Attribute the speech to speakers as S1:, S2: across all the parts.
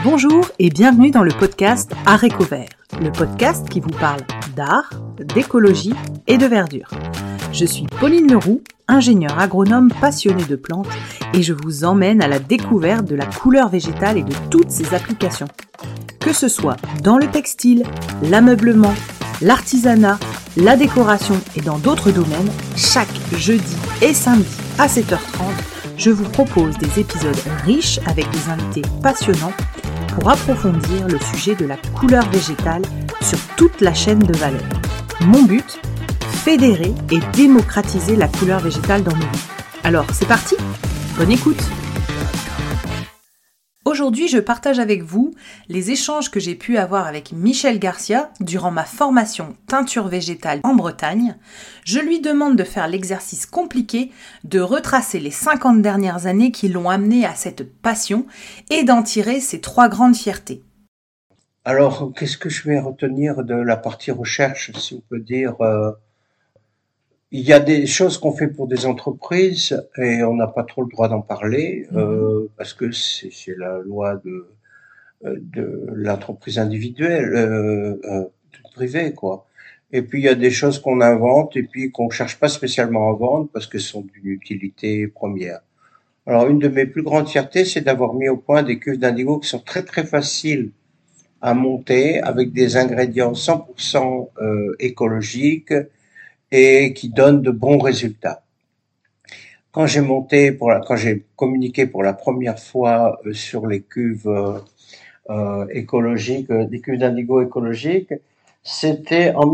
S1: Bonjour et bienvenue dans le podcast Haricots Verts, le podcast qui vous parle d'art, d'écologie et de verdure. Je suis Pauline Leroux, ingénieure agronome passionnée de plantes et je vous emmène à la découverte de la couleur végétale et de toutes ses applications. Que ce soit dans le textile, l'ameublement, l'artisanat, la décoration et dans d'autres domaines, chaque jeudi et samedi à 7h30, je vous propose des épisodes riches avec des invités passionnants pour approfondir le sujet de la couleur végétale sur toute la chaîne de valeur. Mon but, fédérer et démocratiser la couleur végétale dans nos vies. Alors, c'est parti ? Bonne écoute ! Aujourd'hui, je partage avec vous les échanges que j'ai pu avoir avec Michel Garcia durant ma formation teinture végétale en Bretagne. Je lui demande de faire l'exercice compliqué de retracer les 50 dernières années qui l'ont amené à cette passion et d'en tirer ses 3 grandes fiertés.
S2: Alors, qu'est-ce que je vais retenir de la partie recherche, si on peut dire il y a des choses qu'on fait pour des entreprises et on n'a pas trop le droit d'en parler parce que c'est la loi de l'entreprise individuelle, privée, quoi. Et puis il y a des choses qu'on invente et puis qu'on cherche pas spécialement à vendre parce que ce sont d'une utilité première. Alors une de mes plus grandes fiertés, c'est d'avoir mis au point des cuves d'indigo qui sont très très faciles à monter avec des ingrédients 100% écologiques et qui donnent de bons résultats. Quand j'ai communiqué pour la première fois sur les cuves écologiques, des cuves d'indigo écologiques, c'était en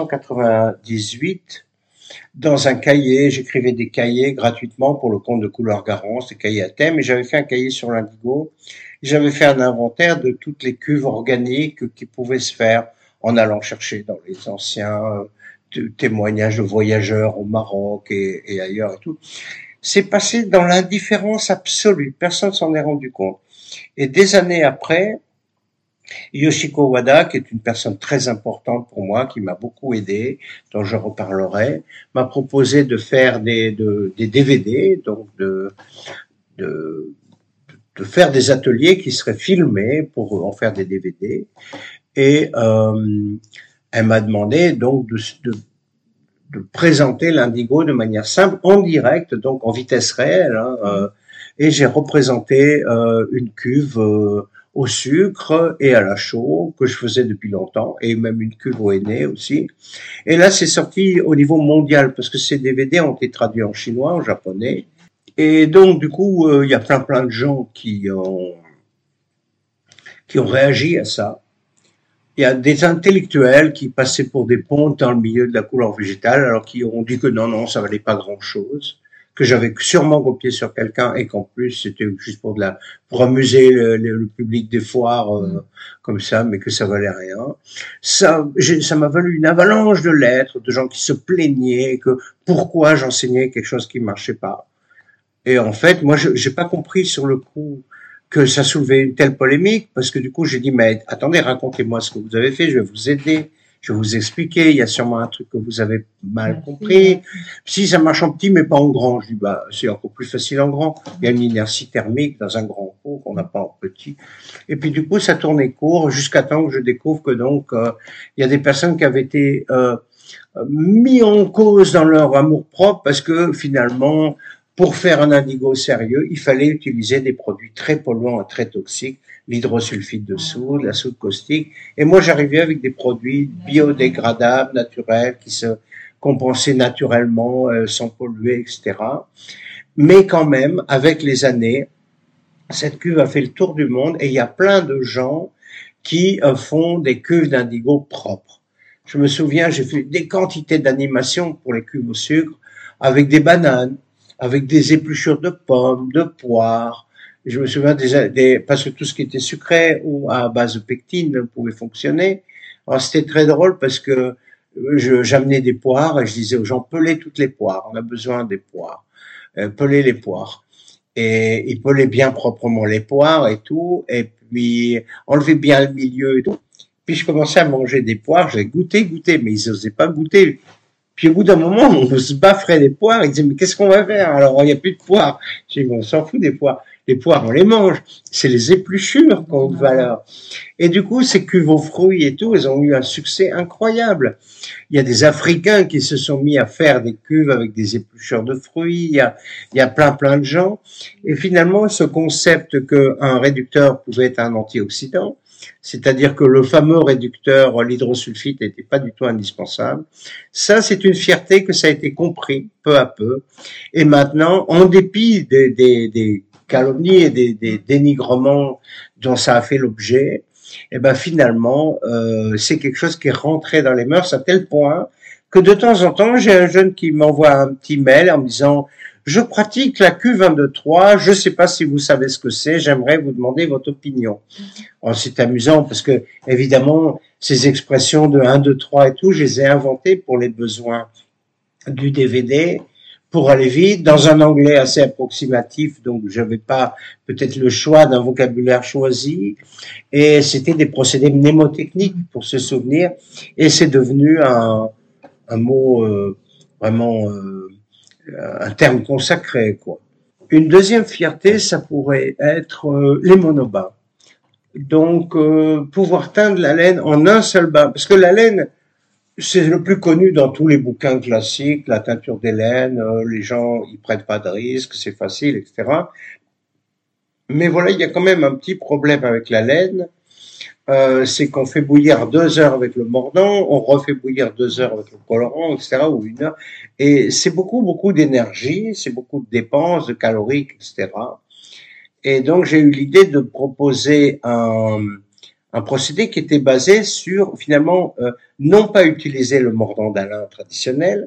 S2: 1998. Dans un cahier, j'écrivais des cahiers gratuitement pour le compte de Couleur Garance, des cahiers à thème, et j'avais fait un cahier sur l'indigo. J'avais fait un inventaire de toutes les cuves organiques qui pouvaient se faire en allant chercher dans les anciens témoignages de voyageurs au Maroc et ailleurs et tout. C'est passé dans l'indifférence absolue. Personne s'en est rendu compte. Et des années après, Yoshiko Wada, qui est une personne très importante pour moi, qui m'a beaucoup aidé, dont je reparlerai, m'a proposé de faire des DVD, donc de faire des ateliers qui seraient filmés pour en faire des DVD. Et elle m'a demandé donc de présenter l'indigo de manière simple, en direct, donc en vitesse réelle. Et j'ai représenté une cuve au sucre et à la chaux que je faisais depuis longtemps, et même une cuve au henné aussi. Et là, c'est sorti au niveau mondial parce que ces DVD ont été traduits en chinois, en japonais. Et donc, du coup, il y a plein de gens qui ont réagi à ça. Il y a des intellectuels qui passaient pour des pontes dans le milieu de la couleur végétale, alors qui ont dit que non, ça valait pas grand-chose, que j'avais sûrement copié sur quelqu'un et qu'en plus c'était juste pour amuser le public des foires comme ça, mais que ça valait rien. Ça m'a valu une avalanche de lettres de gens qui se plaignaient que pourquoi j'enseignais quelque chose qui marchait pas. Et en fait, moi, j'ai pas compris sur le coup que ça soulevait une telle polémique, parce que du coup, j'ai dit, mais attendez, racontez-moi ce que vous avez fait, je vais vous aider, je vais vous expliquer, il y a sûrement un truc que vous avez mal compris. Si ça marche en petit, mais pas en grand, je dis, c'est encore plus facile en grand. Il y a une inertie thermique dans un grand pot qu'on n'a pas en petit. Et puis, du coup, ça tournait court jusqu'à temps que je découvre que donc, il y a des personnes qui avaient été, mis en cause dans leur amour-propre parce que finalement, pour faire un indigo sérieux, il fallait utiliser des produits très polluants et très toxiques, l'hydrosulfite de soude, la soude caustique. Et moi, j'arrivais avec des produits biodégradables, naturels, qui se compensaient naturellement, sans polluer, etc. Mais quand même, avec les années, cette cuve a fait le tour du monde et il y a plein de gens qui font des cuves d'indigo propres. Je me souviens, j'ai fait des quantités d'animations pour les cuves au sucre avec des bananes, avec des épluchures de pommes, de poires. Je me souviens parce que tout ce qui était sucré ou à base de pectine pouvait fonctionner. Alors c'était très drôle parce que j'amenais des poires et je disais aux gens, pelez toutes les poires, on a besoin des poires, pelez les poires. Et ils pelaient bien proprement les poires et tout, et puis enlevez bien le milieu et tout. Puis je commençais à manger des poires, j'ai goûté, mais ils n'osaient pas goûter. Puis au bout d'un moment, on se bafferait des poires. Ils disaient, mais qu'est-ce qu'on va faire? Alors, il n'y a plus de poires. J'ai dit, on s'en fout des poires. les poires on les mange, c'est les épluchures qui ont une valeur. Et du coup, ces cuves aux fruits et tout, elles ont eu un succès incroyable. Il y a des Africains qui se sont mis à faire des cuves avec des épluchures de fruits, il y a plein de gens. Et finalement, ce concept qu'un réducteur pouvait être un antioxydant, c'est-à-dire que le fameux réducteur, l'hydrosulfite, n'était pas du tout indispensable. Ça, c'est une fierté que ça a été compris peu à peu. Et maintenant, en dépit des calomnies et des dénigrements dont ça a fait l'objet, et ben finalement, c'est quelque chose qui est rentré dans les mœurs à tel point que de temps en temps, j'ai un jeune qui m'envoie un petit mail en me disant je pratique la Q22.3, je ne sais pas si vous savez ce que c'est, j'aimerais vous demander votre opinion. Alors, c'est amusant parce que, évidemment, ces expressions de 1, 2, 3 et tout, je les ai inventées pour les besoins du DVD, pour aller vite, dans un anglais assez approximatif, donc je n'avais pas peut-être le choix d'un vocabulaire choisi, et c'était des procédés mnémotechniques pour se souvenir, et c'est devenu un mot vraiment un terme consacré, quoi. Une deuxième fierté, ça pourrait être les monobains. Donc, pouvoir teindre la laine en un seul bain, parce que la laine, c'est le plus connu dans tous les bouquins classiques, la teinture des laines, les gens ils prennent pas de risques, c'est facile, etc. Mais voilà, il y a quand même un petit problème avec la laine, c'est qu'on fait bouillir 2 heures avec le mordant, on refait bouillir 2 heures avec le colorant, etc., ou 1 heure, et c'est beaucoup d'énergie, c'est beaucoup de dépenses, de caloriques, etc. Et donc j'ai eu l'idée de proposer un procédé qui était basé sur finalement non pas utiliser le mordant d'Alain traditionnel,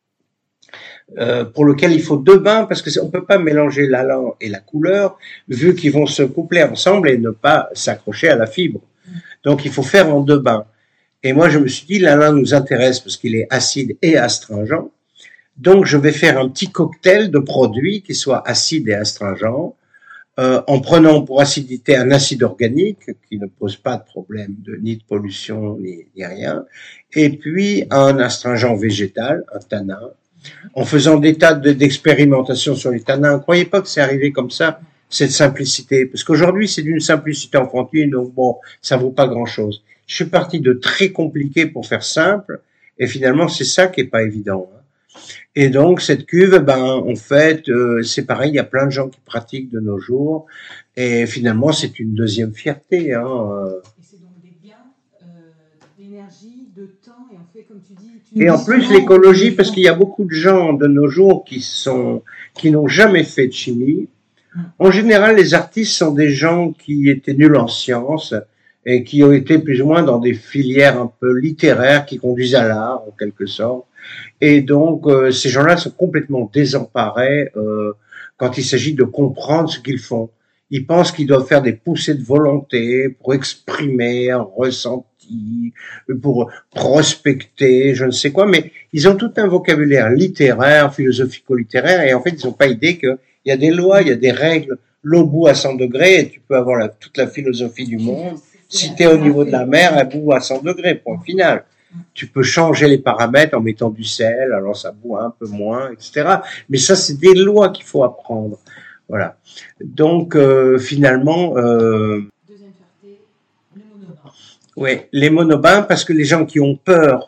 S2: pour lequel il faut 2 bains parce que on peut pas mélanger l'Alain et la couleur vu qu'ils vont se coupler ensemble et ne pas s'accrocher à la fibre. Donc il faut faire en 2 bains. Et moi je me suis dit l'Alain nous intéresse parce qu'il est acide et astringent. Donc je vais faire un petit cocktail de produits qui soient acides et astringents. En prenant pour acidité un acide organique qui ne pose pas de problème ni de pollution ni rien, et puis un astringent végétal, un tanin, en faisant des tas d'expérimentations sur les tanins. Ne croyez pas que c'est arrivé comme ça, cette simplicité, parce qu'aujourd'hui c'est d'une simplicité enfantine, donc bon, ça vaut pas grand-chose. Je suis parti de très compliqué pour faire simple, et finalement c'est ça qui est pas évident. Et donc cette cuve, ben en fait, c'est pareil, il y a plein de gens qui pratiquent de nos jours, et finalement c'est une deuxième fierté. Hein.
S1: Et c'est donc des gains d'énergie, de temps, et en fait, comme tu dis.
S2: Et en plus l'écologie, parce qu'il y a beaucoup de gens de nos jours qui n'ont jamais fait de chimie. En général, les artistes sont des gens qui étaient nuls en sciences et qui ont été plus ou moins dans des filières un peu littéraires qui conduisent à l'art en quelque sorte. Et donc, ces gens-là sont complètement désemparés quand il s'agit de comprendre ce qu'ils font. Ils pensent qu'ils doivent faire des poussées de volonté pour exprimer un ressenti, pour prospecter, je ne sais quoi, mais ils ont tout un vocabulaire littéraire, philosophico-littéraire, et en fait, ils n'ont pas idée qu'il y a des lois, il y a des règles. L'eau bout à 100 degrés, et tu peux avoir toute la philosophie du monde. Si tu es au niveau de la mer, elle bout à 100 degrés, point final. Tu peux changer les paramètres en mettant du sel, alors ça bout un peu moins, etc. Mais ça, c'est des lois qu'il faut apprendre. Voilà. Donc, finalement...
S1: Deuxième fierté, les monobains.
S2: Oui, les monobains, parce que les gens qui ont peur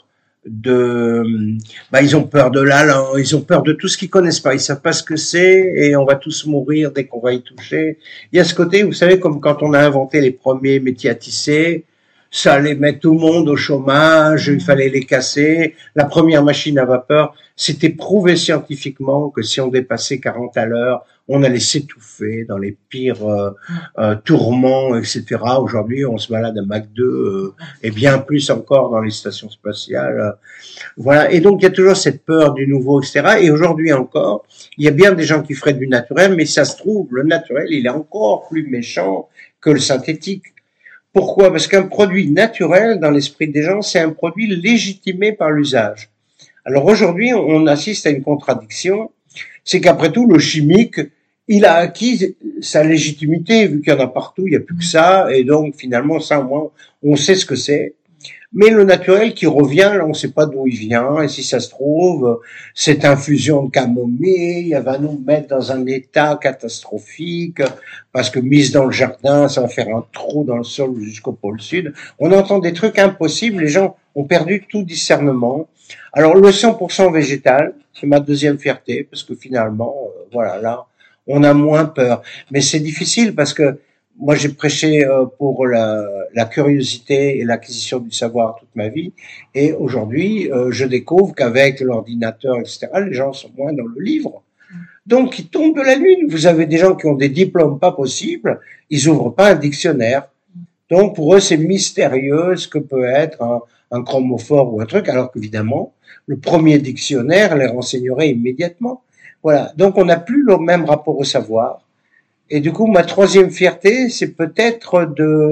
S2: ils ont peur de l'Alain, ils ont peur de tout ce qu'ils connaissent pas, ils savent pas ce que c'est, et on va tous mourir dès qu'on va y toucher. Il y a ce côté, vous savez, comme quand on a inventé les premiers métiers à tisser, ça allait mettre tout le monde au chômage, il fallait les casser. La première machine à vapeur, c'était prouvé scientifiquement que si on dépassait 40 à l'heure, on allait s'étouffer dans les pires tourments, etc. Aujourd'hui, on se balade à Mach 2 et bien plus encore dans les stations spatiales. Voilà. Et donc, il y a toujours cette peur du nouveau, etc. Et aujourd'hui encore, il y a bien des gens qui feraient du naturel, mais ça se trouve, le naturel, il est encore plus méchant que le synthétique. Pourquoi? Parce qu'un produit naturel, dans l'esprit des gens, c'est un produit légitimé par l'usage. Alors aujourd'hui, on assiste à une contradiction, c'est qu'après tout, le chimique, il a acquis sa légitimité, vu qu'il y en a partout, il n'y a plus que ça, et donc finalement, ça, au moins, on sait ce que c'est. Mais le naturel qui revient, là, on ne sait pas d'où il vient, et si ça se trouve, cette infusion de camomille, elle va nous mettre dans un état catastrophique, parce que mise dans le jardin, ça va faire un trou dans le sol jusqu'au pôle sud. On entend des trucs impossibles, les gens ont perdu tout discernement. Alors le 100% végétal, c'est ma deuxième fierté, parce que finalement, voilà, là, on a moins peur. Mais c'est difficile parce que moi, j'ai prêché pour la curiosité et l'acquisition du savoir toute ma vie. Et aujourd'hui, je découvre qu'avec l'ordinateur, etc., les gens sont moins dans le livre. Donc, ils tombent de la lune. Vous avez des gens qui ont des diplômes pas possibles. Ils ouvrent pas un dictionnaire. Donc, pour eux, c'est mystérieux ce que peut être un chromophore ou un truc, alors qu'évidemment, le premier dictionnaire les renseignerait immédiatement. Voilà. Donc, on n'a plus le même rapport au savoir. Et du coup, ma troisième fierté, c'est peut-être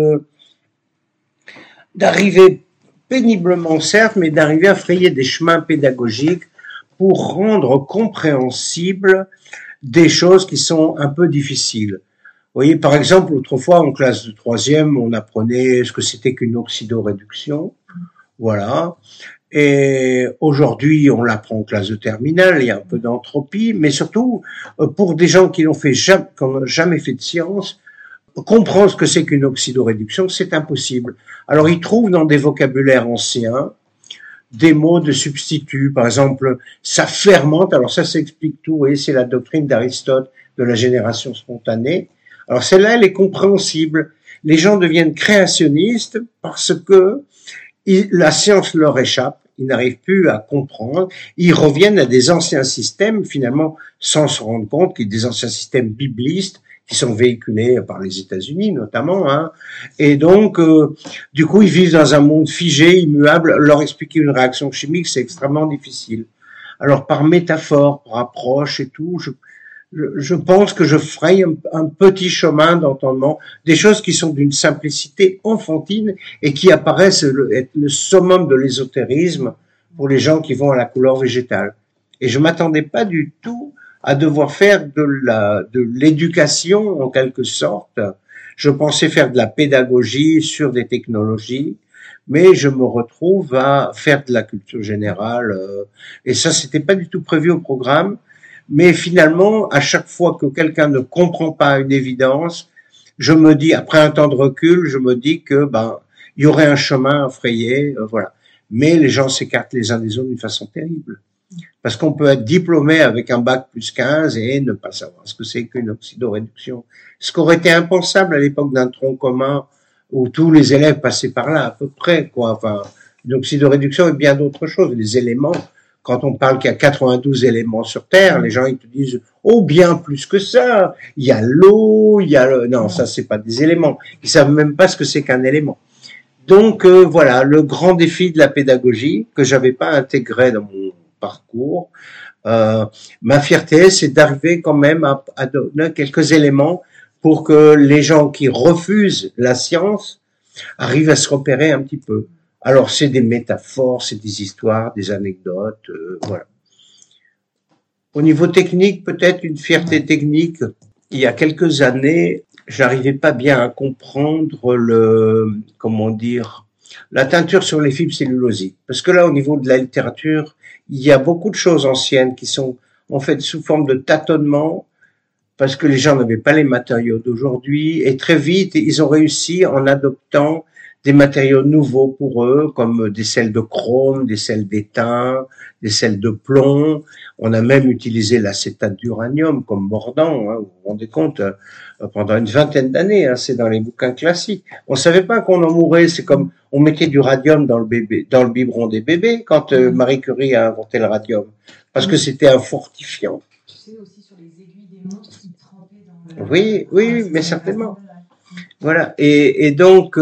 S2: d'arriver péniblement, certes, mais d'arriver à frayer des chemins pédagogiques pour rendre compréhensibles des choses qui sont un peu difficiles. Vous voyez, par exemple, autrefois, en classe de troisième, on apprenait ce que c'était qu'une oxydoréduction. Voilà. Et aujourd'hui, on l'apprend en classe de terminale, il y a un peu d'entropie, mais surtout, pour des gens qui n'ont jamais fait de science, comprendre ce que c'est qu'une oxydoréduction, c'est impossible. Alors, ils trouvent dans des vocabulaires anciens des mots de substitut. Par exemple, ça fermente. Alors, ça s'explique tout. Vous voyez, c'est la doctrine d'Aristote de la génération spontanée. Alors, celle-là, elle est compréhensible. Les gens deviennent créationnistes parce que la science leur échappe. Ils n'arrivent plus à comprendre. Ils reviennent à des anciens systèmes, finalement, sans se rendre compte qu'il y a des anciens systèmes biblistes qui sont véhiculés par les États-Unis, notamment. Hein. Et donc, du coup, ils vivent dans un monde figé, immuable. Leur expliquer une réaction chimique, c'est extrêmement difficile. Alors, par métaphore, par approche et tout, je pense que je fraye un petit chemin d'entendement, des choses qui sont d'une simplicité enfantine et qui apparaissent être le summum de l'ésotérisme pour les gens qui vont à la couleur végétale. Et je m'attendais pas du tout à devoir faire de l'éducation en quelque sorte. Je pensais faire de la pédagogie sur des technologies, mais je me retrouve à faire de la culture générale. Et ça, c'était pas du tout prévu au programme. Mais finalement, à chaque fois que quelqu'un ne comprend pas une évidence, je me dis, après un temps de recul, je me dis que il y aurait un chemin à frayer, voilà. Mais les gens s'écartent les uns des autres d'une façon terrible. Parce qu'on peut être diplômé avec un bac plus 15 et ne pas savoir ce que c'est qu'une oxydoréduction. Ce qui aurait été impensable à l'époque d'un tronc commun où tous les élèves passaient par là, à peu près, quoi. Enfin, une oxydoréduction et bien d'autres choses. Les éléments, quand on parle qu'il y a 92 éléments sur Terre, les gens ils te disent oh bien plus que ça. Il y a l'eau, il y a le... non ça c'est pas des éléments. Ils savent même pas ce que c'est qu'un élément. Donc voilà le grand défi de la pédagogie que j'avais pas intégré dans mon parcours. Ma fierté c'est d'arriver quand même à donner quelques éléments pour que les gens qui refusent la science arrivent à se repérer un petit peu. Alors, c'est des métaphores, c'est des histoires, des anecdotes, voilà. Au niveau technique, peut-être une fierté technique. Il y a quelques années, j'arrivais pas bien à comprendre la teinture sur les fibres cellulosiques. Parce que là, au niveau de la littérature, il y a beaucoup de choses anciennes qui sont, en fait, sous forme de tâtonnement, parce que les gens n'avaient pas les matériaux d'aujourd'hui, et très vite, ils ont réussi en adoptant des matériaux nouveaux pour eux, comme des sels de chrome, des sels d'étain, des sels de plomb. On a même utilisé l'acétate d'uranium comme mordant, hein, vous vous rendez compte, pendant une vingtaine d'années, hein, c'est dans les bouquins classiques. On savait pas qu'on en mourait, c'est comme on mettait du radium dans le biberon des bébés quand Marie Curie a inventé le radium, parce que c'était un fortifiant.
S3: Tu sais aussi sur les aiguilles des montres qui trempaient dans le...
S2: Oui, mais certainement. Voilà, et donc...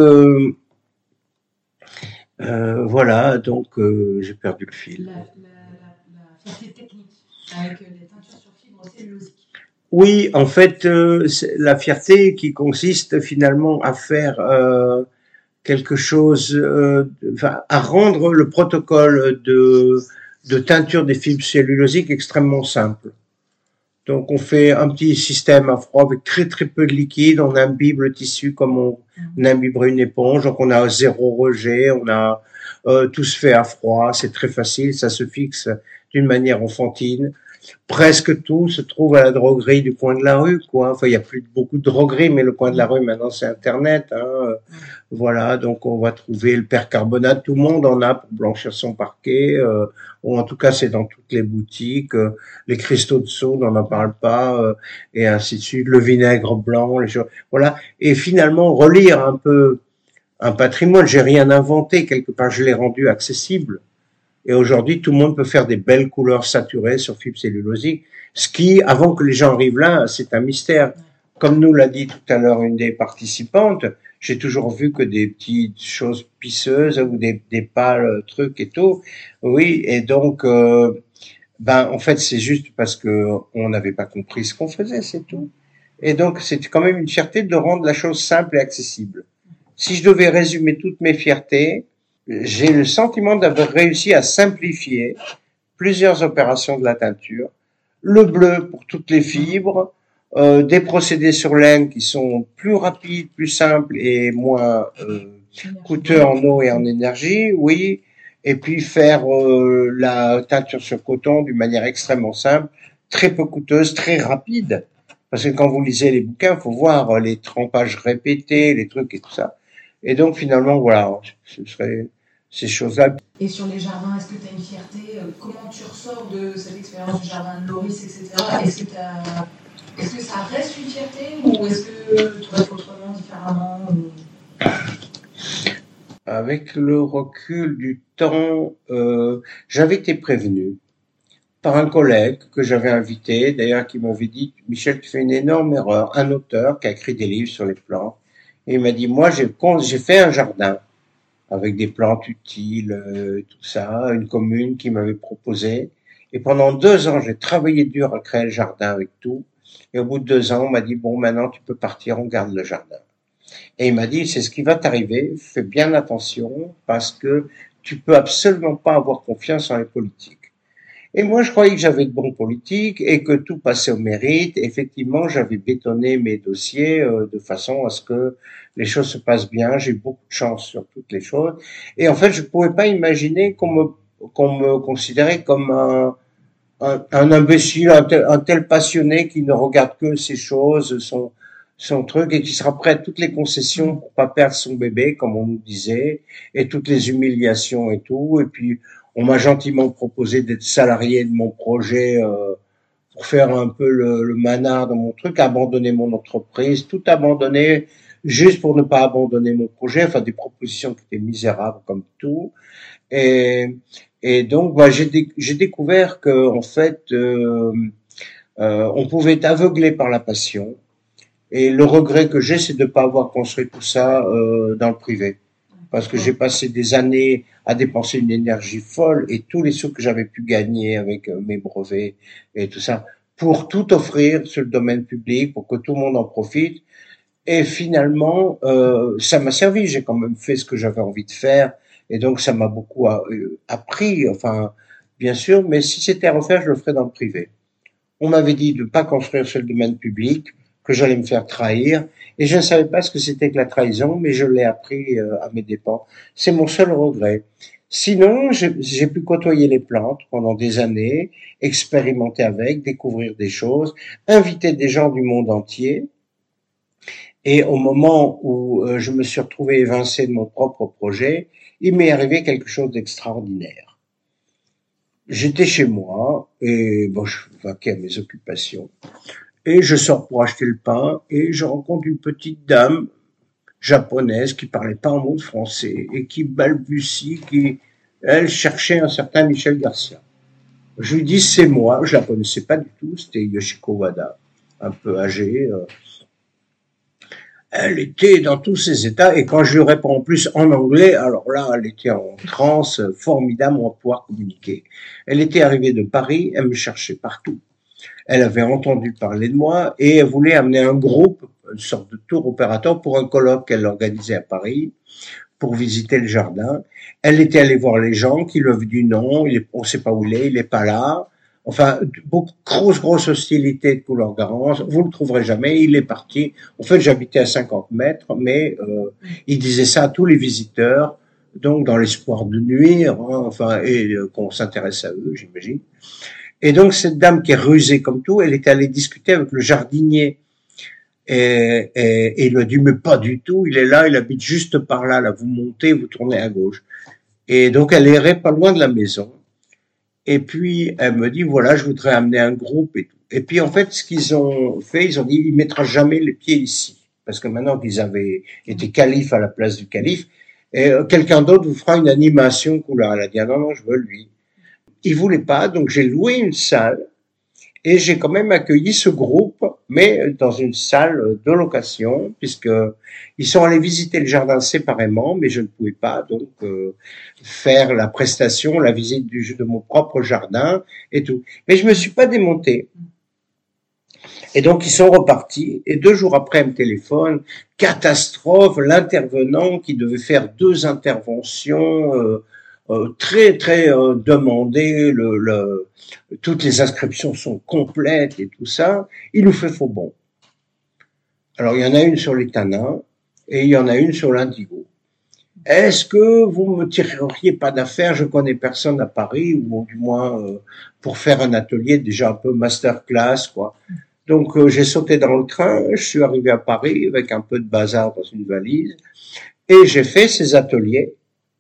S2: voilà, donc j'ai perdu le fil.
S3: La fierté technique avec les teintures sur fibres cellulosiques.
S2: Oui, en fait, la fierté qui consiste finalement à faire quelque chose, à rendre le protocole de teinture des fibres cellulosiques extrêmement simple. Donc on fait un petit système à froid avec très très peu de liquide, on imbibe le tissu comme on imbiberait une éponge, donc on a zéro rejet, on a tout se fait à froid, c'est très facile, ça se fixe d'une manière enfantine. Presque tout se trouve à la droguerie du coin de la rue, quoi. Enfin, il y a plus beaucoup de drogueries, mais le coin de la rue maintenant c'est Internet, hein. Voilà, donc on va trouver le percarbonate, tout le monde en a pour blanchir son parquet, ou en tout cas c'est dans toutes les boutiques. Les cristaux de soude, on n'en parle pas, et ainsi de suite. Le vinaigre blanc, les choses, voilà. Et finalement relire un peu un patrimoine. J'ai rien inventé quelque part, je l'ai rendu accessible. Et aujourd'hui, tout le monde peut faire des belles couleurs saturées sur fibre cellulosique. Ce qui, avant que les gens arrivent là, c'est un mystère. Comme nous l'a dit tout à l'heure une des participantes, j'ai toujours vu que des petites choses pisseuses ou des pâles trucs et tout. Oui, et donc, en fait, c'est juste parce que on n'avait pas compris ce qu'on faisait, c'est tout. Et donc, c'est quand même une fierté de rendre la chose simple et accessible. Si je devais résumer toutes mes fiertés, j'ai le sentiment d'avoir réussi à simplifier plusieurs opérations de la teinture. Le bleu pour toutes les fibres, des procédés sur laine qui sont plus rapides, plus simples et moins coûteux en eau et en énergie, oui. Et puis faire la teinture sur coton d'une manière extrêmement simple, très peu coûteuse, très rapide. Parce que quand vous lisez les bouquins, il faut voir les trempages répétés, les trucs et tout ça. Et donc finalement, voilà, ce serait ces choses-là.
S3: Et sur les jardins, est-ce que tu as une fierté? Comment tu ressors de cette expérience du jardin de Loris, etc. Est-ce que ça reste une fierté ou est-ce que tu aurais fait autrement, différemment
S2: Avec le recul du temps, j'avais été prévenu par un collègue que j'avais invité, d'ailleurs qui m'avait dit « Michel, tu fais une énorme erreur », un auteur qui a écrit des livres sur les plantes. Et il m'a dit « Moi, j'ai fait un jardin avec des plantes utiles, tout ça, une commune qui m'avait proposé. Et pendant 2 ans, j'ai travaillé dur à créer le jardin avec tout. Et au bout de 2 ans, on m'a dit, bon, maintenant, tu peux partir, on garde le jardin. Et il m'a dit, c'est ce qui va t'arriver, fais bien attention, parce que tu peux absolument pas avoir confiance en les politiques. Et moi, je croyais que j'avais de bons politiques et que tout passait au mérite. Effectivement, j'avais bétonné mes dossiers de façon à ce que les choses se passent bien. J'ai eu beaucoup de chance sur toutes les choses. Et en fait, je ne pouvais pas imaginer qu'on me considérait comme un imbécile, un tel passionné qui ne regarde que ses choses, son truc, et qui sera prêt à toutes les concessions pour pas perdre son bébé, comme on nous disait, et toutes les humiliations et tout. Et puis, on m'a gentiment proposé d'être salarié de mon projet pour faire un peu le manard dans mon truc, abandonner mon entreprise, tout abandonner juste pour ne pas abandonner mon projet, enfin des propositions qui étaient misérables comme tout. Et donc, j'ai découvert que en fait, on pouvait être aveuglé par la passion. Et le regret que j'ai, c'est de ne pas avoir construit tout ça dans le privé. Parce que j'ai passé des années à dépenser une énergie folle et tous les sous que j'avais pu gagner avec mes brevets et tout ça, pour tout offrir sur le domaine public, pour que tout le monde en profite. Et finalement, ça m'a servi. J'ai quand même fait ce que j'avais envie de faire. Et donc, ça m'a beaucoup appris, enfin, bien sûr. Mais si c'était à refaire, je le ferais dans le privé. On m'avait dit de ne pas construire sur le domaine public, que j'allais me faire trahir. Et je ne savais pas ce que c'était que la trahison, mais je l'ai appris à mes dépens. C'est mon seul regret. Sinon, j'ai pu côtoyer les plantes pendant des années, expérimenter avec, découvrir des choses, inviter des gens du monde entier. Et au moment où je me suis retrouvé évincé de mon propre projet, il m'est arrivé quelque chose d'extraordinaire. J'étais chez moi et bon, je vaquais à mes occupations. Et je sors pour acheter le pain et je rencontre une petite dame japonaise qui parlait pas un mot de français et qui balbutie, elle cherchait un certain Michel Garcia. Je lui dis c'est moi, je la connaissais pas du tout, c'était Yoshiko Wada, un peu âgée. Elle était dans tous ses états et quand je lui réponds en plus en anglais, alors là, elle était en transe, formidable, on va pouvoir communiquer. Elle était arrivée de Paris, elle me cherchait partout. Elle avait entendu parler de moi et elle voulait amener un groupe, une sorte de tour opérateur pour un colloque qu'elle organisait à Paris pour visiter le jardin. Elle était allée voir les gens qui lui avaient dit non, on ne sait pas où il est pas là. enfin, beaucoup, grosse hostilité de Couleur-Garance. Vous le trouverez jamais. Il est parti. En fait, j'habitais à 50 mètres, mais il disait ça à tous les visiteurs, donc dans l'espoir de nuire, hein, enfin, et qu'on s'intéresse à eux, j'imagine. Et donc, cette dame qui est rusée comme tout, elle est allée discuter avec le jardinier. Et il lui a dit, mais pas du tout, il est là, il habite juste par là, là, vous montez, vous tournez à gauche. Et donc, elle errait pas loin de la maison. Et puis, elle me dit, voilà, je voudrais amener un groupe et tout. Et puis, en fait, ce qu'ils ont fait, ils ont dit, il mettra jamais les pieds ici. Parce que maintenant qu'ils avaient été calife à la place du calife, et quelqu'un d'autre vous fera une animation couleur. Elle a dit, ah non, non, je veux lui. Il voulait pas, donc j'ai loué une salle. Et j'ai quand même accueilli ce groupe, mais dans une salle de location, puisque ils sont allés visiter le jardin séparément, mais je ne pouvais pas donc faire la prestation, la visite de mon propre jardin et tout. Mais je me suis pas démonté. Et donc ils sont repartis. Et 2 jours après, elle me téléphone, catastrophe, l'intervenant qui devait faire 2 interventions. Très demandé, toutes les inscriptions sont complètes et tout ça, il nous fait faux bon. Alors il y en a une sur les tanins et il y en a une sur l'indigo. Est-ce que vous me tireriez pas d'affaire? Je connais personne à Paris, ou du moins pour faire un atelier déjà un peu masterclass, quoi. Donc j'ai sauté dans le train, je suis arrivé à Paris avec un peu de bazar dans une valise et j'ai fait ces ateliers.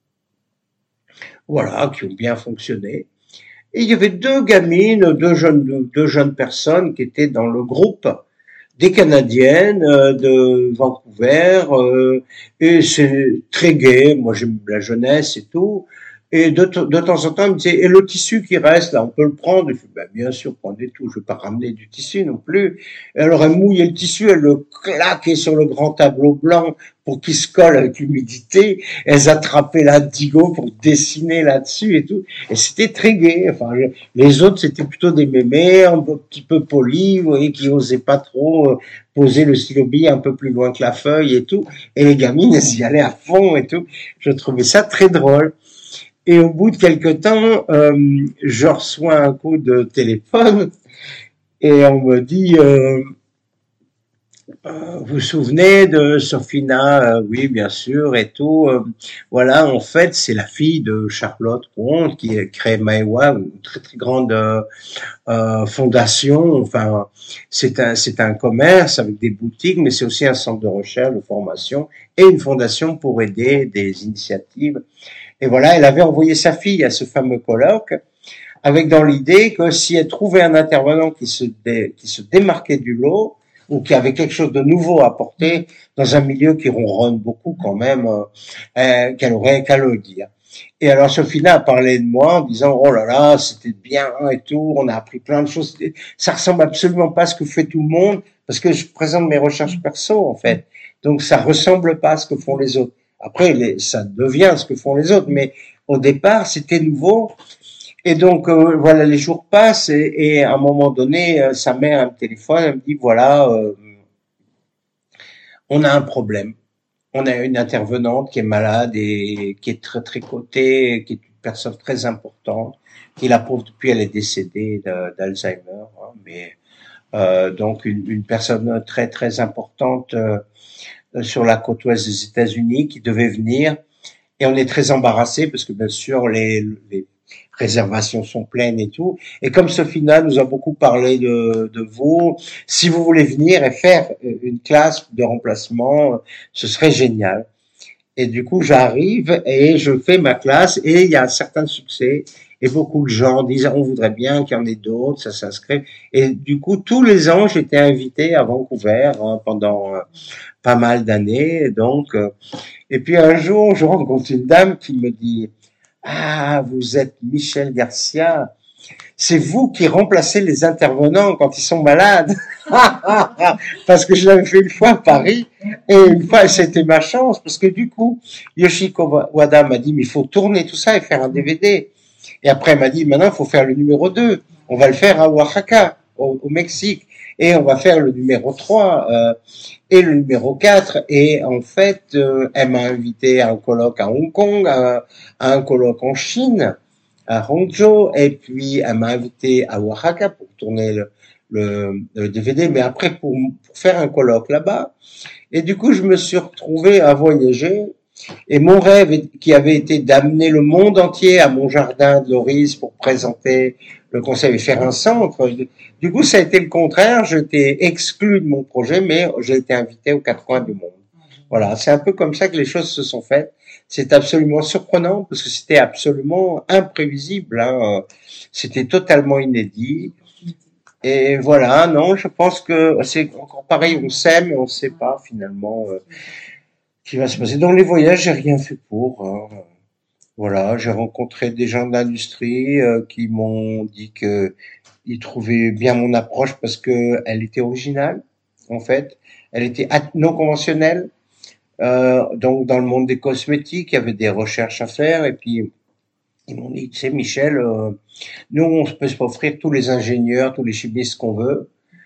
S2: Voilà, qui ont bien fonctionné. Et il y avait 2 gamines, deux jeunes personnes qui étaient dans le groupe, des Canadiennes de Vancouver, et c'est très gai, moi j'aime la jeunesse et tout. Et de temps en temps, elle me disait, et le tissu qui reste, là, on peut le prendre? Je dis, ben, bien sûr, prenez tout, je vais pas ramener du tissu non plus. Et alors, elle mouillait le tissu, elle le claquait sur le grand tableau blanc pour qu'il se colle avec l'humidité. Elles attrapaient l'indigo pour dessiner là-dessus et tout. Et c'était très gai. Enfin, les autres, c'était plutôt des mémés, un petit peu polis, vous voyez, qui osaient pas trop poser le stylo bille un peu plus loin que la feuille et tout. Et les gamines, elles y allaient à fond et tout. Je trouvais ça très drôle. Et au bout de quelque temps, je reçois un coup de téléphone et on me dit vous vous souvenez de Sophina? Oui, bien sûr, et tout. Voilà, en fait, c'est la fille de Charlotte Comte qui a créé Maewa, une très grande fondation. Enfin, c'est un commerce avec des boutiques, mais c'est aussi un centre de recherche, de formation et une fondation pour aider des initiatives. Et voilà, elle avait envoyé sa fille à ce fameux colloque, avec dans l'idée que si elle trouvait un intervenant qui se démarquait du lot, ou qui avait quelque chose de nouveau à apporter dans un milieu qui ronronne beaucoup quand même, qu'elle aurait qu'à le dire. Et alors Sophina a parlé de moi en disant, oh là là, c'était bien et tout, on a appris plein de choses. Ça ressemble absolument pas à ce que fait tout le monde, parce que je présente mes recherches perso, en fait. Donc ça ressemble pas à ce que font les autres. Après, ça devient ce que font les autres, mais au départ, c'était nouveau. Et donc, voilà, les jours passent et à un moment donné, sa mère me téléphone, elle me dit, voilà, on a un problème. On a une intervenante qui est malade et qui est très cotée, qui est une personne très importante, qui la pauvre depuis elle est décédée d'Alzheimer, hein, mais donc une personne très importante sur la côte ouest des États-Unis qui devait venir, et on est très embarrassés parce que bien sûr les réservations sont pleines et tout. Et comme Sophina nous a beaucoup parlé de vous, si vous voulez venir et faire une classe de remplacement, ce serait génial. Et du coup, j'arrive et je fais ma classe et il y a un certain succès. Et beaucoup de gens disent, on voudrait bien qu'il y en ait d'autres, ça s'inscrit. Et du coup, tous les ans, j'étais invité à Vancouver pendant pas mal d'années. Donc, et puis un jour, je rencontre une dame qui me dit, ah, vous êtes Michel Garcia, c'est vous qui remplacez les intervenants quand ils sont malades. Parce que je l'avais fait une fois à Paris, et une fois, c'était ma chance, parce que du coup, Yoshiko Wada m'a dit, mais il faut tourner tout ça et faire un DVD. Et après, elle m'a dit, maintenant, il faut faire le numéro 2. On va le faire à Oaxaca, au Mexique. Et on va faire le numéro 3 et le numéro 4. Et en fait, elle m'a invité à un colloque à Hong Kong, à un colloque en Chine, à Hangzhou, et puis elle m'a invité à Oaxaca pour tourner le DVD, mais après pour faire un colloque là-bas. Et du coup, je me suis retrouvé à voyager. Et mon rêve, qui avait été d'amener le monde entier à mon jardin de Loris pour présenter le conseil et faire un centre, du coup, ça a été le contraire. J'étais exclu de mon projet, mais j'ai été invité aux quatre coins du monde. Voilà, c'est un peu comme ça que les choses se sont faites. C'est absolument surprenant parce que c'était absolument imprévisible. Hein. C'était totalement inédit. Et voilà, non, je pense que c'est encore pareil, on sait, mais on ne sait pas finalement ce qui va se passer. Dans les voyages, j'ai rien fait pour. Hein. Voilà, j'ai rencontré des gens de l'industrie qui m'ont dit que ils trouvaient bien mon approche parce que elle était originale, en fait. Elle était non conventionnelle. Donc dans le monde des cosmétiques, il y avait des recherches à faire et puis ils m'ont dit, tu sais, Michel, nous on peut s'offrir tous les ingénieurs, tous les chimistes qu'on veut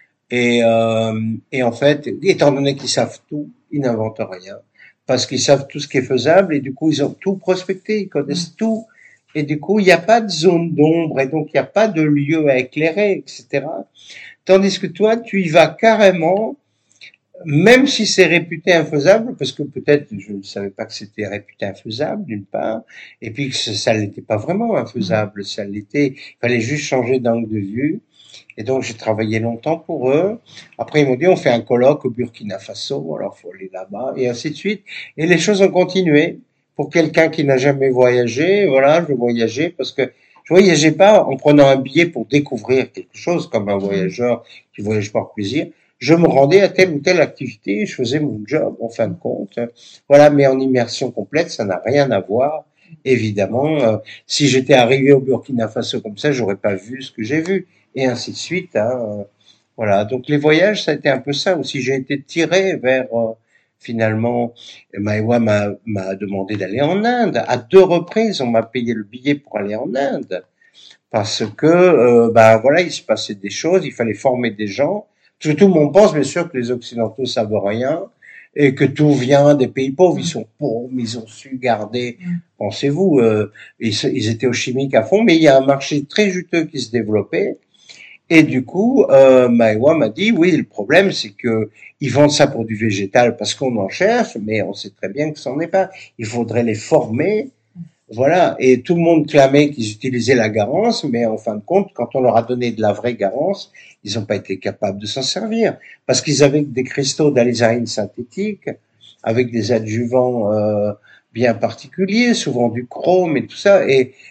S2: et en fait, étant donné qu'ils savent tout, ils n'inventent rien parce qu'ils savent tout ce qui est faisable et du coup ils ont tout prospecté, ils connaissent tout et du coup il n'y a pas de zone d'ombre et donc il n'y a pas de lieu à éclairer, etc. Tandis que toi, tu y vas carrément même si c'est réputé infaisable, parce que peut-être je ne savais pas que c'était réputé infaisable d'une part, et puis que ça l'était pas vraiment infaisable, ça l'était, il fallait juste changer d'angle de vue, et donc j'ai travaillé longtemps pour eux. Après ils m'ont dit on fait un colloque au Burkina Faso, alors faut aller là-bas, et ainsi de suite, et les choses ont continué. Pour quelqu'un qui n'a jamais voyagé, voilà, je voyageais parce que je voyageais pas en prenant un billet pour découvrir quelque chose comme un voyageur qui voyage par plaisir. Je me rendais à telle ou telle activité, je faisais mon job en fin de compte. Voilà, mais en immersion complète, ça n'a rien à voir. Évidemment, si j'étais arrivé au Burkina Faso comme ça, j'aurais pas vu ce que j'ai vu, et ainsi de suite. Hein. Voilà, donc les voyages, ça a été un peu ça aussi. J'ai été tiré vers finalement. Maïwa m'a demandé d'aller en Inde. À deux reprises, on m'a payé le billet pour aller en Inde parce que ben voilà, il se passait des choses, il fallait former des gens. Parce que tout le monde pense bien sûr que les Occidentaux savent rien et que tout vient des pays pauvres. Ils sont pauvres, mais ils ont su garder. Pensez-vous, ils étaient au chimique à fond, mais il y a un marché très juteux qui se développait. Et du coup, Maïwa m'a dit, oui, le problème, c'est que ils vendent ça pour du végétal parce qu'on en cherche, mais on sait très bien que ça n'en est pas. Il faudrait les former. Voilà, et tout le monde clamait qu'ils utilisaient la garance, mais en fin de compte, quand on leur a donné de la vraie garance, ils n'ont pas été capables de s'en servir, parce qu'ils avaient des cristaux d'alizarine synthétique, avec des adjuvants bien particuliers, souvent du chrome et tout ça,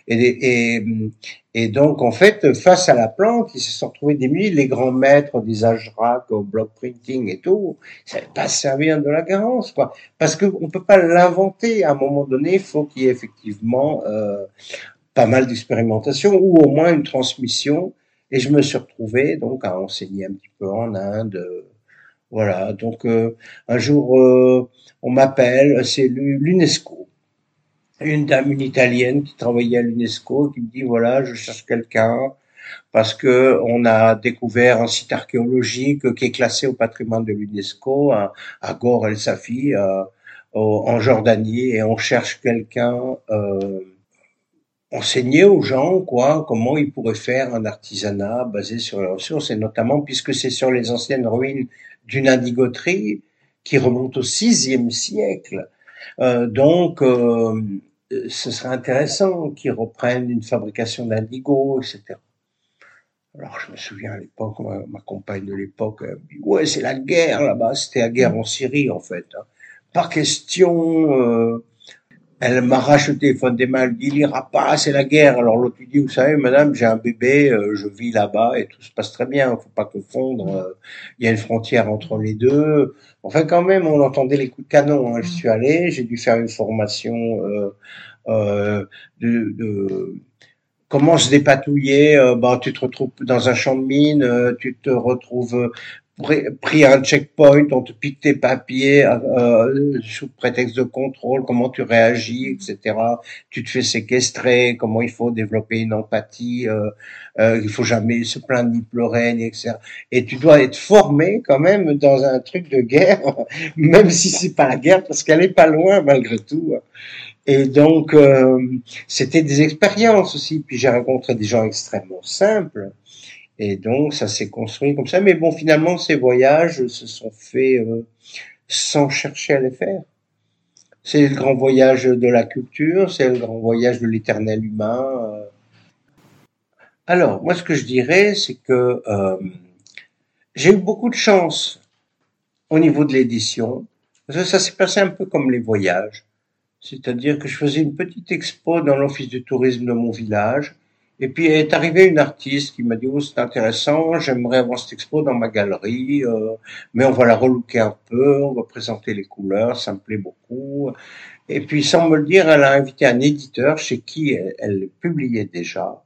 S2: et donc en fait, face à la plante, ils se sont retrouvés démunis, les grands maîtres des AGRAC au block printing et tout, ça ne pas se servir de la garance, quoi. Parce qu'on peut pas l'inventer. À un moment donné, il faut qu'il y ait effectivement pas mal d'expérimentation ou au moins une transmission. Et je me suis retrouvé donc à enseigner un petit peu en Inde. Voilà. Donc un jour, on m'appelle, c'est l'UNESCO. Une dame, une Italienne qui travaillait à l'UNESCO, qui me dit voilà, je cherche quelqu'un parce que on a découvert un site archéologique qui est classé au patrimoine de l'UNESCO à Gor El Safi en Jordanie et on cherche quelqu'un enseigner aux gens quoi comment ils pourraient faire un artisanat basé sur les ressources et notamment puisque c'est sur les anciennes ruines d'une indigoterie qui remonte au VIe siècle. Donc ce serait intéressant qu'ils reprennent une fabrication d'indigo, etc. Alors, je me souviens à l'époque, ma compagne de l'époque, elle me dit, ouais, c'est la guerre là-bas, c'était la guerre en Syrie, en fait. Hein. Pas question, elle m'arrache le téléphone des mains, elle dit, il ira pas, c'est la guerre. Alors l'autre lui dit, vous savez, madame, j'ai un bébé, je vis là-bas et tout se passe très bien, faut pas confondre, il y a une frontière entre les deux. Enfin, quand même, on entendait les coups de canon. Hein. Je suis allé, j'ai dû faire une formation de comment se dépatouiller, tu te retrouves dans un champ de mine, tu te retrouves pris un checkpoint, on te pique tes papiers sous prétexte de contrôle, comment tu réagis, etc. Tu te fais séquestrer, comment il faut développer une empathie, il faut jamais se plaindre ni pleurer, ni etc. Et tu dois être formé quand même dans un truc de guerre, même si c'est pas la guerre, parce qu'elle est pas loin malgré tout. Et donc, c'était des expériences aussi. Puis j'ai rencontré des gens extrêmement simples. Et donc, ça s'est construit comme ça. Mais bon, finalement, ces voyages se sont faits sans chercher à les faire. C'est le grand voyage de la culture, c'est le grand voyage de l'éternel humain. Alors, moi, ce que je dirais, c'est que j'ai eu beaucoup de chance au niveau de l'édition. Parce que ça s'est passé un peu comme les voyages. C'est-à-dire que je faisais une petite expo dans l'office du tourisme de mon village. Et puis est arrivée une artiste qui m'a dit, oh, c'est intéressant, j'aimerais avoir cette expo dans ma galerie, mais on va la relooker un peu, on va présenter les couleurs, ça me plaît beaucoup. Et puis sans me le dire, elle a invité un éditeur chez qui elle publiait déjà.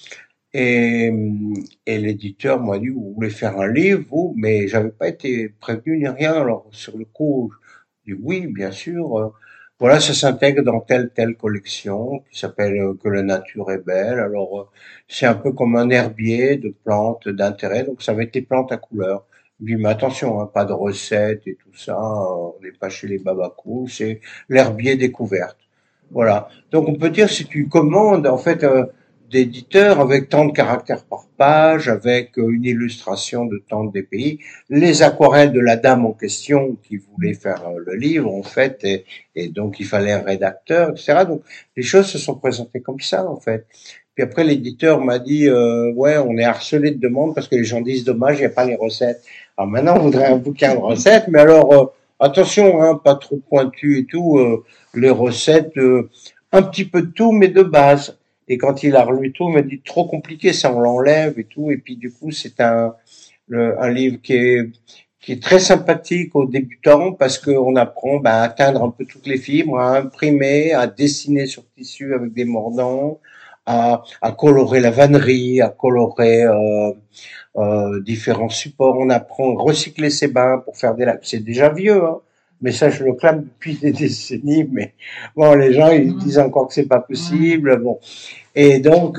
S2: Et, et l'éditeur m'a dit, vous voulez faire un livre, vous? Mais j'avais pas été prévenu ni rien. Alors, sur le coup, je dis oui, bien sûr. Voilà, ça s'intègre dans telle collection qui s'appelle Que la nature est belle. Alors, c'est un peu comme un herbier de plantes d'intérêt. Donc, ça va être des plantes à couleurs. Je dis, mais attention, hein, pas de recettes et tout ça. On n'est pas chez les babacous. C'est l'herbier découverte. Voilà. Donc, on peut dire, si tu commandes, en fait, d'éditeurs avec tant de caractères par page, avec une illustration de tant de pays. Les aquarelles de la dame en question qui voulait faire le livre, en fait, et donc il fallait un rédacteur, etc. Donc les choses se sont présentées comme ça, en fait. Puis après, l'éditeur m'a dit, ouais, on est harcelé de demandes parce que les gens disent dommage, il n'y a pas les recettes. Alors maintenant, on voudrait un bouquin de recettes, mais alors, attention, hein, pas trop pointu et tout, les recettes, un petit peu de tout, mais de base. Et quand il a relu tout, il m'a dit trop compliqué, ça on l'enlève et tout. Et puis du coup, c'est un livre qui est très sympathique aux débutants parce qu'on apprend à atteindre un peu toutes les fibres, à imprimer, à dessiner sur tissu avec des mordants, à colorer la vannerie, à colorer différents supports. On apprend à recycler ses bains pour faire des lacs. C'est déjà vieux, hein. Mais ça, je le clame depuis des décennies. Mais bon, les gens, ils disent encore que c'est pas possible. Bon. Et donc,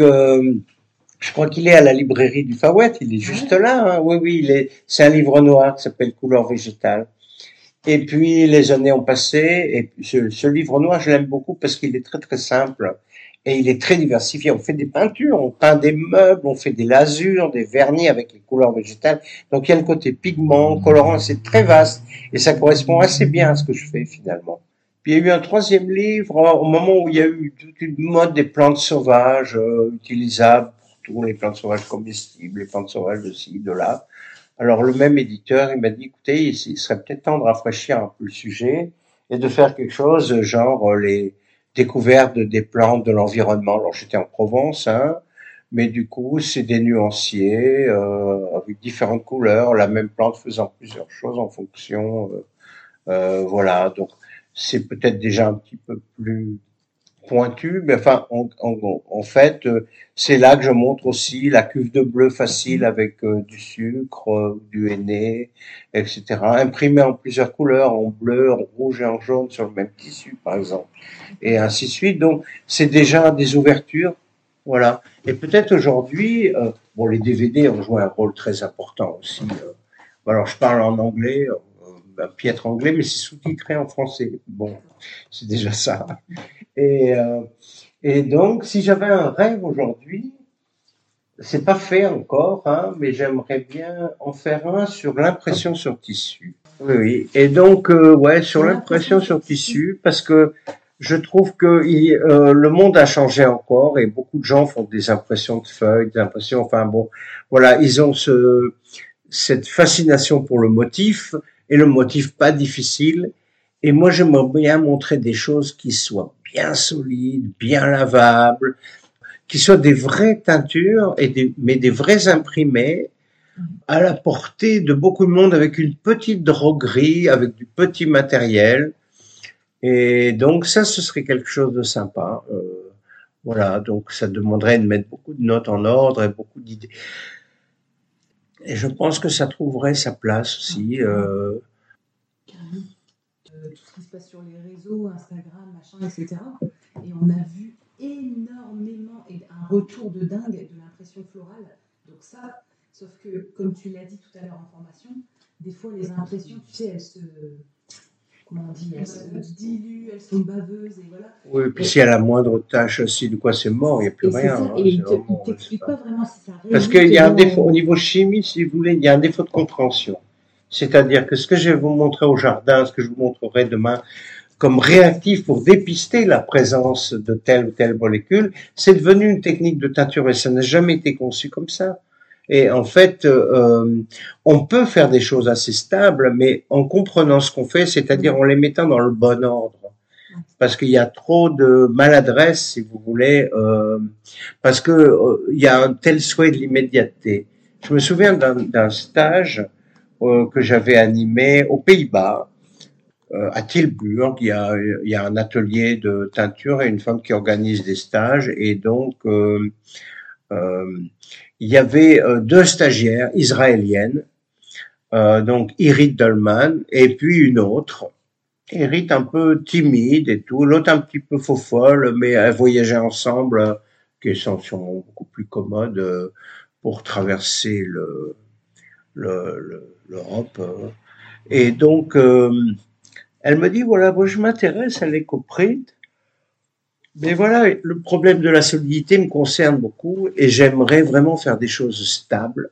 S2: je crois qu'il est à la librairie du Fawet, il est juste là, hein. Oui, oui, c'est un livre noir qui s'appelle Couleur végétale. Et puis, les années ont passé, et ce livre noir, je l'aime beaucoup parce qu'il est très, très simple. Et il est très diversifié. On fait des peintures, on peint des meubles, on fait des lasures, des vernis avec les couleurs végétales. Donc, il y a le côté pigment, colorant, c'est très vaste. Et ça correspond assez bien à ce que je fais, finalement. Puis il y a eu un troisième livre au moment où il y a eu toute une mode des plantes sauvages utilisables pour tout, les plantes sauvages comestibles, les plantes sauvages de ci, de là. Alors le même éditeur, il m'a dit, écoutez, il serait peut-être temps de rafraîchir un peu le sujet et de faire quelque chose genre les découvertes des plantes de l'environnement. Alors j'étais en Provence, hein, mais du coup c'est des nuanciers avec différentes couleurs, la même plante faisant plusieurs choses en fonction. Voilà, donc c'est peut-être déjà un petit peu plus pointu, mais enfin, en fait, c'est là que je montre aussi la cuve de bleu facile avec du sucre, du henné, etc. Imprimé en plusieurs couleurs, en bleu, en rouge et en jaune sur le même tissu, par exemple, et ainsi de suite. Donc, c'est déjà des ouvertures, voilà. Et peut-être aujourd'hui, bon, les DVD ont joué un rôle très important aussi. Alors, je parle en anglais, piètre anglais, mais c'est sous-titré en français. Bon, c'est déjà ça. Et, euh, et donc, si j'avais un rêve aujourd'hui, c'est pas fait encore, hein, mais j'aimerais bien en faire un sur l'impression sur tissu. Oui, oui. Et donc, ouais, sur l'impression sur tissu, parce que je trouve que le monde a changé encore et beaucoup de gens font des impressions de feuilles, des impressions, enfin bon, voilà, ils ont cette fascination pour le motif et le motif pas difficile. Et moi, j'aimerais bien montrer des choses qui soient bien solides, bien lavables, qui soient des vraies teintures mais des vrais imprimés à la portée de beaucoup de monde avec une petite droguerie, avec du petit matériel. Et donc ça, ce serait quelque chose de sympa. Voilà, donc ça demanderait de mettre beaucoup de notes en ordre et beaucoup d'idées. Et je pense que ça trouverait sa place aussi.
S3: Carrément. Tout ce qui se passe sur les réseaux, Instagram, machin, etc. Et on a vu énormément, et un retour de dingue de l'impression florale. Donc ça, sauf que, comme tu l'as dit tout à l'heure en formation, des fois les impressions, tu sais, elles se... Comment on dit, elles se diluent, elles sont baveuses, et voilà.
S2: Oui, puis s'il y a la moindre tache aussi, de quoi c'est mort, il n'y a plus
S3: Et c'est
S2: rien.
S3: ça,
S2: Hein,
S3: et il
S2: c'est
S3: ne
S2: vraiment,
S3: t'explique
S2: c'est
S3: pas vraiment si ça
S2: Parce
S3: résulte
S2: qu'il y a un
S3: dans...
S2: défaut, au niveau chimie, si vous voulez, il y a un défaut de compréhension. C'est-à-dire que ce que je vais vous montrer au jardin, ce que je vous montrerai demain comme réactif pour dépister la présence de telle ou telle molécule, c'est devenu une technique de teinture et ça n'a jamais été conçu comme ça. Et en fait, on peut faire des choses assez stables, mais en comprenant ce qu'on fait, c'est-à-dire en les mettant dans le bon ordre. Parce qu'il y a trop de maladresse, si vous voulez, parce que il y a un tel souhait de l'immédiateté. Je me souviens d'un stage que j'avais animé aux Pays-Bas, à Tilburg. Il y a un atelier de teinture et une femme qui organise des stages. Et donc, euh, il y avait deux stagiaires israéliennes, donc Irit Dolman et puis une autre. Irit un peu timide et tout, l'autre un petit peu faux folle, mais elles voyageaient ensemble, qui sont sûrement beaucoup plus commodes pour traverser l'Europe. Et donc, elle me dit, voilà, moi je m'intéresse à l'écoprite, mais voilà, le problème de la solidité me concerne beaucoup et j'aimerais vraiment faire des choses stables.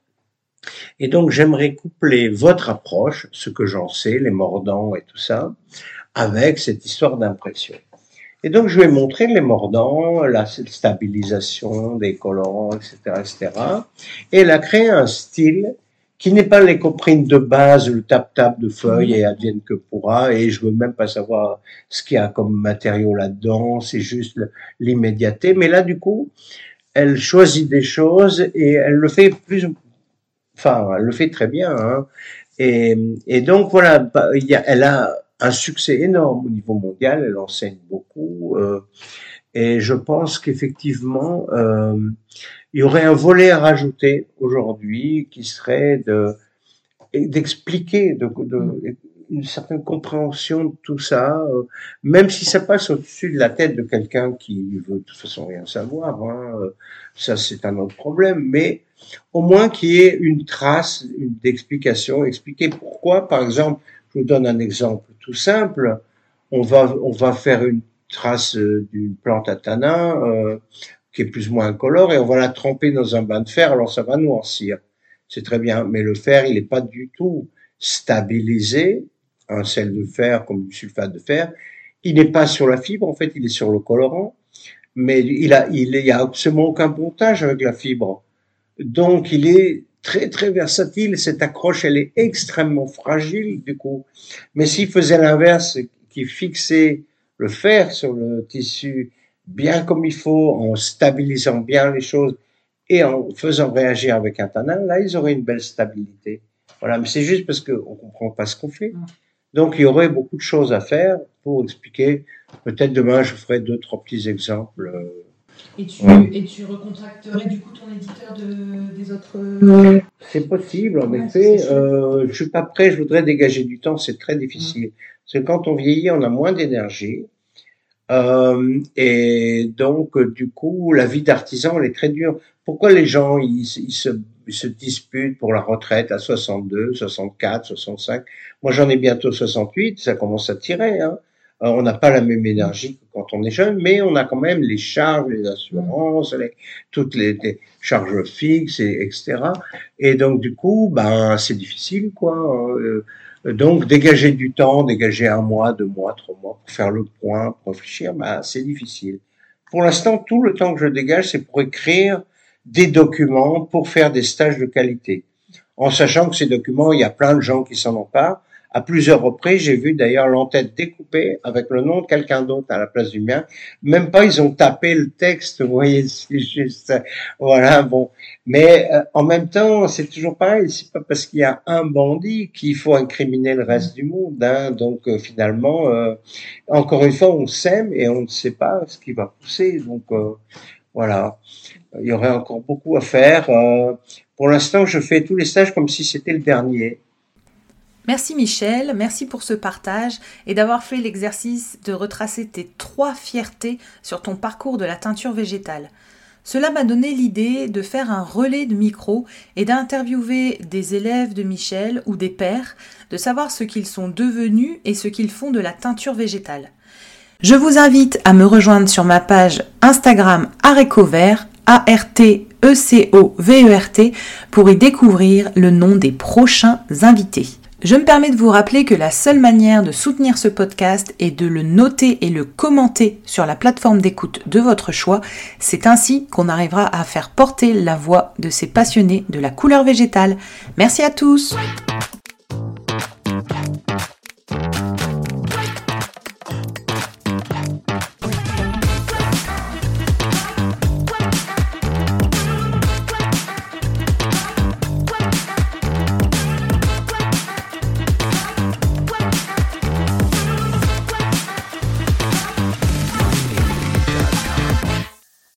S2: Et donc, j'aimerais coupler votre approche, ce que j'en sais, les mordants et tout ça, avec cette histoire d'impression. Et donc, je vais montrer les mordants, la stabilisation des colorants, etc., etc. Et elle a créé un style qui n'est pas l'écoprine de base, le tap-tap de feuilles et advienne que pourra, et je veux même pas savoir ce qu'il y a comme matériau là-dedans, c'est juste l'immédiateté. Mais là, du coup, elle choisit des choses et elle le fait elle le fait très bien, hein. Et donc voilà, elle a un succès énorme au niveau mondial, elle enseigne beaucoup, et je pense qu'effectivement, il y aurait un volet à rajouter aujourd'hui qui serait d'expliquer, une certaine compréhension de tout ça, même si ça passe au-dessus de la tête de quelqu'un qui veut de toute façon rien savoir, hein, ça c'est un autre problème, mais au moins qu'il y ait une trace d'explication, expliquer pourquoi, par exemple, je vous donne un exemple tout simple, on va faire une trace d'une plante à tanin, qui est plus ou moins incolore, et on va la tremper dans un bain de fer, alors ça va noircir. C'est très bien, mais le fer, il n'est pas du tout stabilisé, un sel de fer comme du sulfate de fer, il n'est pas sur la fibre, en fait, il est sur le colorant, mais il y a absolument aucun pontage avec la fibre. Donc, il est très, très versatile. Cette accroche, elle est extrêmement fragile, du coup. Mais s'il faisait l'inverse, qui fixait le fer sur le tissu bien comme il faut, en stabilisant bien les choses et en faisant réagir avec un tanin, là, ils auraient une belle stabilité. Voilà, mais c'est juste parce qu'on comprend pas ce qu'on fait. Donc, il y aurait beaucoup de choses à faire pour expliquer. Peut-être demain, je ferai 2, 3 petits exemples.
S3: Et tu recontacterais du coup ton éditeur des autres...
S2: C'est possible, en effet. Je suis pas prêt, je voudrais dégager du temps, c'est très difficile. Parce que quand on vieillit, on a moins d'énergie. Et donc, du coup, la vie d'artisan, elle est très dure. Pourquoi les gens, ils se disputent pour la retraite à 62, 64, 65? Moi, j'en ai bientôt 68, ça commence à tirer, hein. On n'a pas la même énergie que quand on est jeune, mais on a quand même les charges, les assurances, toutes les charges fixes, etc. Et donc, du coup, ben, c'est difficile, quoi. Donc, dégager du temps, dégager 1 mois, 2 mois, 3 mois pour faire le point, pour réfléchir, bah, c'est difficile. Pour l'instant, tout le temps que je dégage, c'est pour écrire des documents, pour faire des stages de qualité. En sachant que ces documents, il y a plein de gens qui s'en emparent. À plusieurs reprises, j'ai vu d'ailleurs l'entête découpée avec le nom de quelqu'un d'autre à la place du mien. Même pas, ils ont tapé le texte, vous voyez, c'est juste, voilà, bon. Mais en même temps, c'est toujours pareil, c'est pas parce qu'il y a un bandit qu'il faut incriminer le reste du monde, hein. Donc finalement, encore une fois, on sème et on ne sait pas ce qui va pousser. Donc voilà, il y aurait encore beaucoup à faire. Pour l'instant, je fais tous les stages comme si c'était le dernier.
S1: Merci Michel, merci pour ce partage et d'avoir fait l'exercice de retracer tes 3 fiertés sur ton parcours de la teinture végétale. Cela m'a donné l'idée de faire un relais de micro et d'interviewer des élèves de Michel ou des pairs, de savoir ce qu'ils sont devenus et ce qu'ils font de la teinture végétale. Je vous invite à me rejoindre sur ma page Instagram Arécovert, ARTECOVERT, pour y découvrir le nom des prochains invités. Je me permets de vous rappeler que la seule manière de soutenir ce podcast est de le noter et le commenter sur la plateforme d'écoute de votre choix. C'est ainsi qu'on arrivera à faire porter la voix de ces passionnés de la couleur végétale. Merci à tous!